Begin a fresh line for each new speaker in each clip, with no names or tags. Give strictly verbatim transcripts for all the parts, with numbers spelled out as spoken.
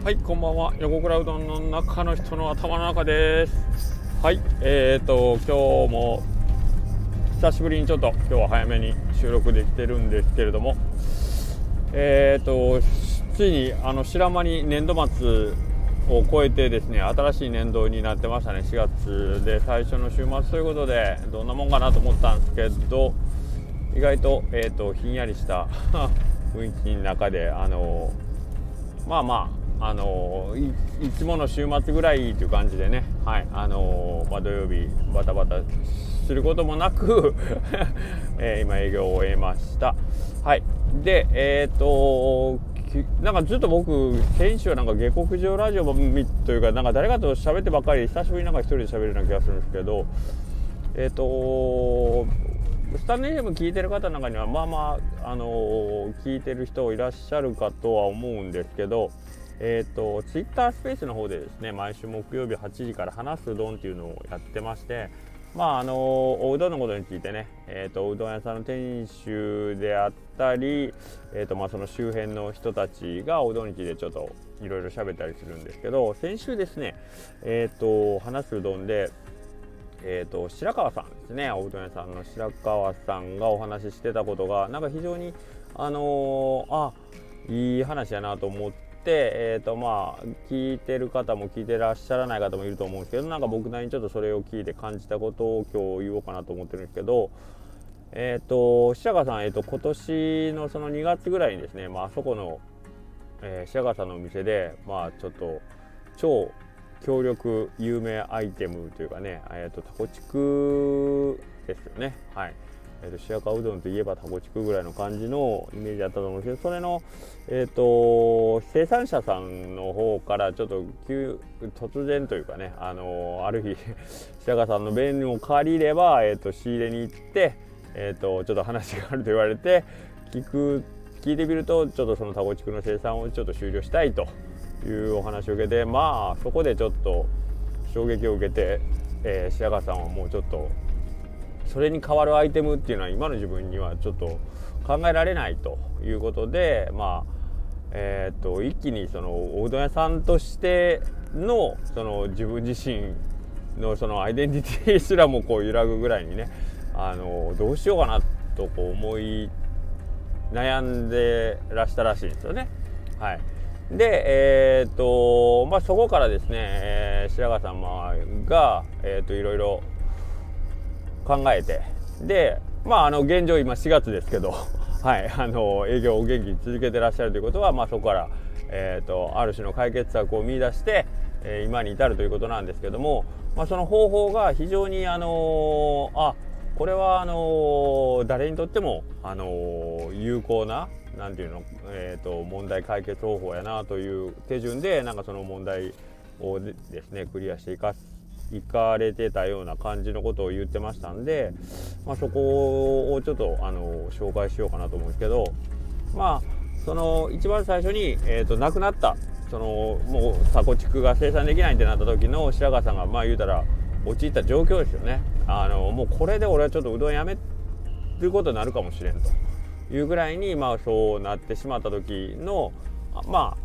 はい、こんばんは。横倉うどんの中の人の頭の中です。はい、えーと今日も久しぶりにちょっと今日は早めに収録できてるんですけれども、えーとついにあの白間に年度末を超えてですね、新しい年度になってましたね。しがつで最初の週末ということで、どんなもんかなと思ったんですけど、意外と、えーとひんやりした雰囲気の中で、あのまあまああのー、い, いつもの週末ぐらいという感じでね、はいあのーまあ、土曜日バタバタすることもなく、えー、今営業を終えました。はいでえっ、ー、となんかずっと僕先週はなんか下克上ラジオというか、なんか誰かと喋ってばっかり、久しぶりになんか一人で喋るような気がするんですけど、えっ、ー、とスタンド エフエム 聞いてる方の中にはまあまあ、あのー、聞いてる人いらっしゃるかとは思うんですけど、えーと、ツイッタースペースの方でですね、毎週木曜日はちじから話すうどんっていうのをやってまして、まああのおうどんのことについてね、えーと、うどん屋さんの店主であったり、えーとまあ、その周辺の人たちがおうどんについてちょっといろいろ喋ったりするんですけど、先週ですね、えーと話すうどんで、えーと白川さんですね、おうどん屋さんの白川さんがお話ししてたことがなんか非常にあのー、あいい話やなと思って、えーとまあ、聞いてる方も聞いてらっしゃらない方もいると思うんですけど、なんか僕なりにちょっとそれを聞いて感じたことを今日言おうかなと思ってるんですけど、えーと白川さん、えーと今年のそのにがつぐらいにですね、まあそこの、えー、白川さんのお店で、まあちょっと超強力有名アイテムというかね、えーとタコチクですよね。はいえー、と白川うどんといえばタコチクぐらいの感じのイメージだったと思うんですけど、それの、えー、と生産者さんの方からちょっと急突然というかね、あのー、ある日白川さんの弁を借りれば、えー、と仕入れに行って、えー、とちょっと話があると言われて聞く聞いてみると、ちょっとそのタコチクの生産をちょっと終了したいというお話を受けて、まあそこでちょっと衝撃を受けて、えー、白川さんはもうちょっとそれに代わるアイテムっていうのは今の自分にはちょっと考えられないということで、まあえー、と一気にそのおうどん屋さんとしてのその自分自身のそのアイデンティティすらもこう揺らぐぐらいにね、あのどうしようかなとこう思い悩んでらしたらしいんですよね。はい。で、えーとまあ、そこからですね、えー、白川様が、えー、といろいろ考えて、で、まあ、あの現状今しがつですけど、はい、あの営業を元気に続けてらっしゃるということは、まあ、そこから、えー、とある種の解決策を見出して、えー、今に至るということなんですけども、まあ、その方法が非常にあのあこれはあの誰にとってもあの有効ななんていうの、えー、と問題解決方法やなという手順で、なんかその問題をですねクリアしていかす行かれてたような感じのことを言ってましたんで、まあ、そこをちょっとあの紹介しようかなと思うんですけど、まあその一番最初に、えー、と亡くなったそのもうタコチクが生産できないってなった時の白川さんがまあ言うたら陥った状況ですよね。あのもうこれで俺はちょっとうどんやめることになるかもしれんというぐらいに、まあそうなってしまった時のまあ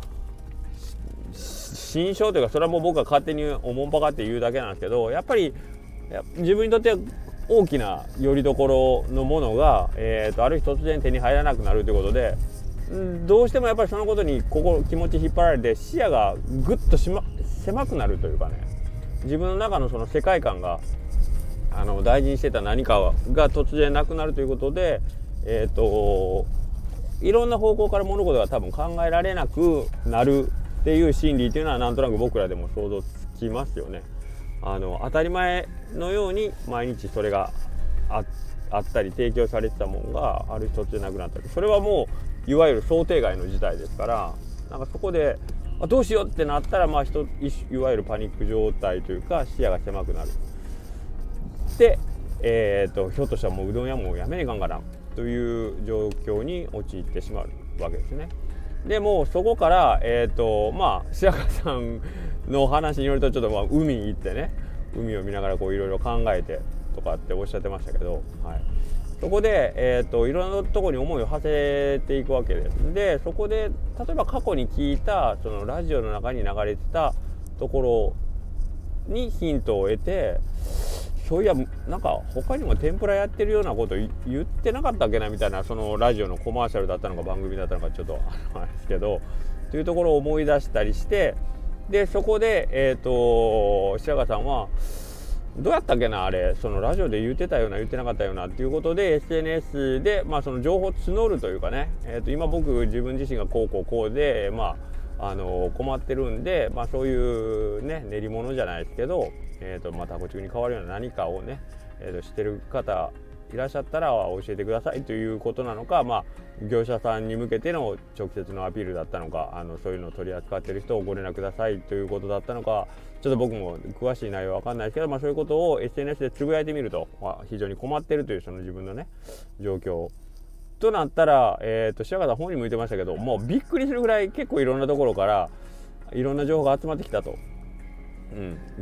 心象というか、それはもう僕が勝手におもんぱかって言うだけなんですけど、やっぱり自分にとっては大きな拠り所のものが、えー、とある日突然手に入らなくなるということで、どうしてもやっぱりそのことに心気持ち引っ張られて視野がぐっとし、ま、狭くなるというかね、自分の中のその世界観があの大事にしてた何かが突然なくなるということで、えー、といろんな方向から物事が多分考えられなくなるっていう心理っていうのはなんとなく僕らでも想像つきますよね。あの当たり前のように毎日それが あ, あったり提供されてたものがある日突然なくなったり、それはもういわゆる想定外の事態ですから、なんかそこであどうしようってなったら、まあ人いわゆるパニック状態というか視野が狭くなるで、えー、とひょっとしたらもううどん屋もやめねえかんかなという状況に陥ってしまうわけですね。でもそこから、えーとまあ、白川さんの話によるとちょっとまあ海に行ってね、海を見ながらこういろいろ考えてとかっておっしゃってましたけど、はい、 そこで、えー、といろんなところに思いを馳せていくわけです。でそこで例えば過去に聞いたそのラジオの中に流れてたところにヒントを得て、そういやなんか他にも天ぷらやってるようなこと言ってなかったっけなみたいな、そのラジオのコマーシャルだったのか番組だったのかちょっとあれですけどというところを思い出したりして、でそこで、えー、と白川さんはどうやったっけなあれ、そのラジオで言ってたような言ってなかったようなっていうことで エスエヌエス で、まあ、その情報を募るというかね、えー、と今僕自分自身がこうこうこうで、まあ、あの困ってるんで、まあ、そういうね練り物じゃないですけど、えーとまあ、タコチクに変わるような何かをね、えー、としてる方いらっしゃったら教えてくださいということなのか、まあ、業者さんに向けての直接のアピールだったのか、あのそういうのを取り扱っている人をご連絡くださいということだったのか、ちょっと僕も詳しい内容は分かんないですけど、まあ、そういうことを エスエヌエス でつぶやいてみると、まあ、非常に困っているというその自分のね状況となったら、えー、と白川さん本人も言ってましたけど、もうびっくりするぐらい結構いろんなところからいろんな情報が集まってきたと、うん、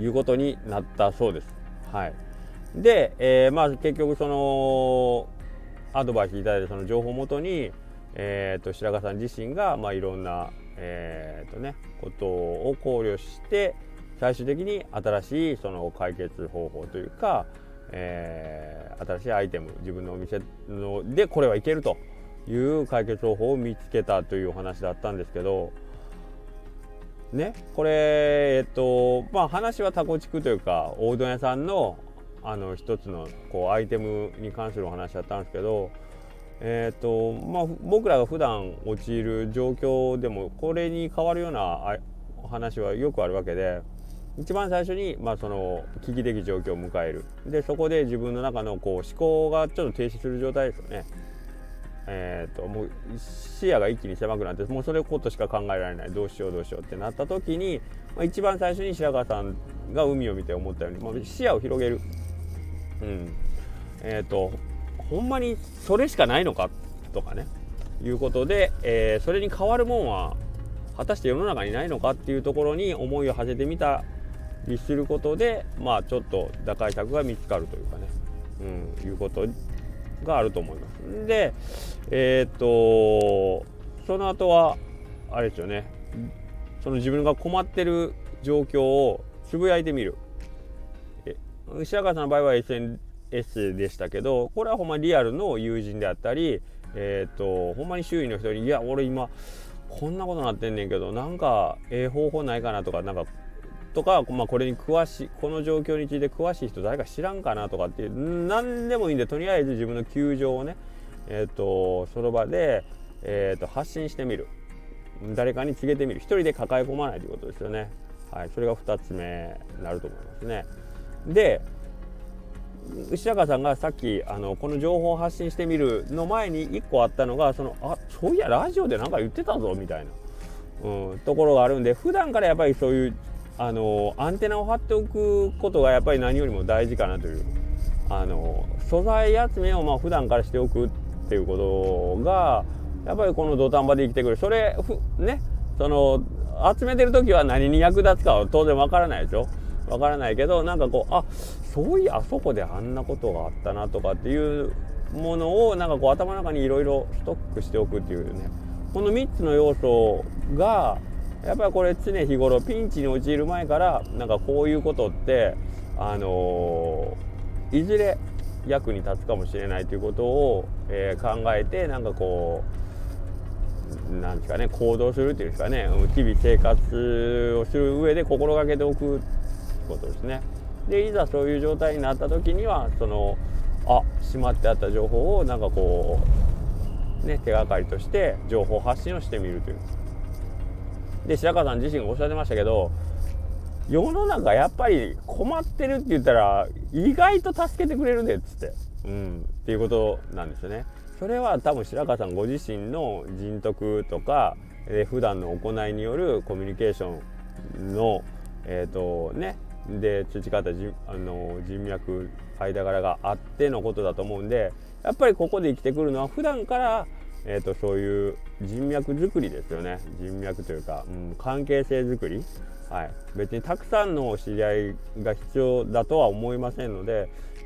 いうことになったそうです。はい。で、えーまあ、結局そのアドバイスいただいたその情報をもとに、えー、と白川さん自身が、まあ、いろんな、えーとね、ことを考慮して最終的に新しいその解決方法というか、えー、新しいアイテム、自分のお店のでこれはいけるという解決方法を見つけたというお話だったんですけどね、これえっとまあ話はタコチクというかおうどん屋さんのあの一つのこうアイテムに関するお話だったんですけど、えーとまあ、僕らが普段陥る状況でもこれに変わるような話はよくあるわけで、一番最初に、まあ、その危機的状況を迎える。でそこで自分の中のこう思考がちょっと停止する状態ですよね。えーともう視野が一気に狭くなって、もうそれことしか考えられない、どうしようどうしようってなった時に、まあ、一番最初に白川さんが海を見て思ったように、まあ、視野を広げる。うん、えーとほんまにそれしかないのかとかねいうことで、えー、それに変わるもんは果たして世の中にないのかっていうところに思いを馳せてみたりすることで、まあちょっと打開策が見つかるというかね、うん、いうことがあると思います。でえっ、ー、とその後はあれですよね、その自分が困ってる状況をつぶやいてみる。白川さんの場合は エスエヌエス でしたけど、これはほんまリアルの友人であったり、えー、とほんまに周囲の人に、いや俺今こんなことなってんねんけどなんかええ方法ないかなとか、なんかとか、まあ、これに詳しいこの状況について詳しい人誰か知らんかなとかっていう何でもいいんで、とりあえず自分の窮状をね、えー、とその場で、えー、と発信してみる。誰かに告げてみる。一人で抱え込まないということですよね。はい、それがふたつめになると思いますね。で白川さんがさっきあのこの情報を発信してみるの前にいっこあったのが、そのあそういやラジオでなんか言ってたぞみたいな、うん、ところがあるんで、普段からやっぱりそういうあのアンテナを張っておくことがやっぱり何よりも大事かなという、あの素材集めをまあ普段からしておくっていうことがやっぱりこの土壇場で生きてくる。それふねその集めてる時は何に役立つかは当然わからないでしょ。わからないけど、なんかこうあそういやあそこであんなことがあったなとかっていうものをなんかこう頭の中にいろいろストックしておくっていうね、このみっつの要素がやっぱりこれ常日頃ピンチに陥る前からなんかこういうことってあのー、いずれ役に立つかもしれないということを、えー、考えてなんかこうなんですかね行動するっていうんですかね、日々生活をする上で心がけておくことですね。でいざそういう状態になった時にはそのあしまってあった情報をなんかこうね手がかりとして情報発信をしてみるという。で白川さん自身がおっしゃってましたけど、世の中やっぱり困ってるって言ったら意外と助けてくれるでっつって、うん、っていうことなんですよね。それは多分白川さんご自身の人徳とか、えー、普段の行いによるコミュニケーションのえっとねで培ったじあの人脈間柄があってのことだと思うんで、やっぱりここで生きてくるのは普段から、えー、とそういう人脈作りですよね。人脈というか、うん、関係性作り、はい、別にたくさんの知り合いが必要だとは思いませんので、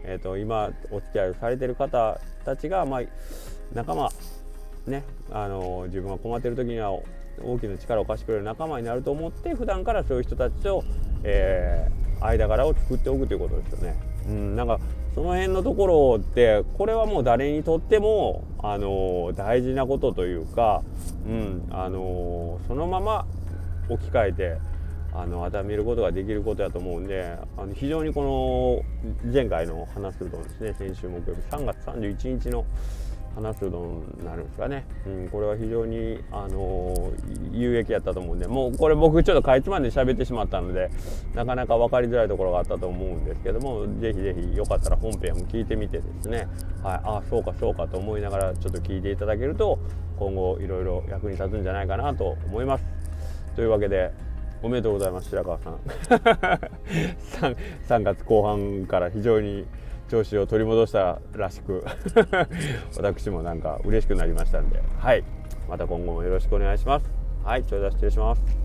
えー、と今お付き合いされてる方たちが、まあ、仲間ね、あの自分が困ってる時には大きな力を貸してくれる仲間になると思って普段からそういう人たちと、えー、間柄を作っておくということですよね。うん、なんかその辺のところってこれはもう誰にとっても、あの大事なことというか、うん、あのそのまま置き換えてあの当てはめることができることだと思うんで、あの非常にこの前回の話するとですね、先週木曜日さんがつさんじゅういちにちの話すうどんになるんですかね、うん、これは非常に、あのー、有益やったと思うんで、もうこれ僕ちょっとかいつまんで喋ってしまったのでなかなか分かりづらいところがあったと思うんですけども、ぜひぜひよかったら本編も聞いてみてですね、はい、ああそうかそうかと思いながらちょっと聞いていただけると今後いろいろ役に立つんじゃないかなと思います。というわけでおめでとうございます、白川さん3, さんがつこう半から非常に調子を取り戻したらしく私もなんか嬉しくなりましたんで、はい、また今後もよろしくお願いします。はい、ちょい出し失礼します。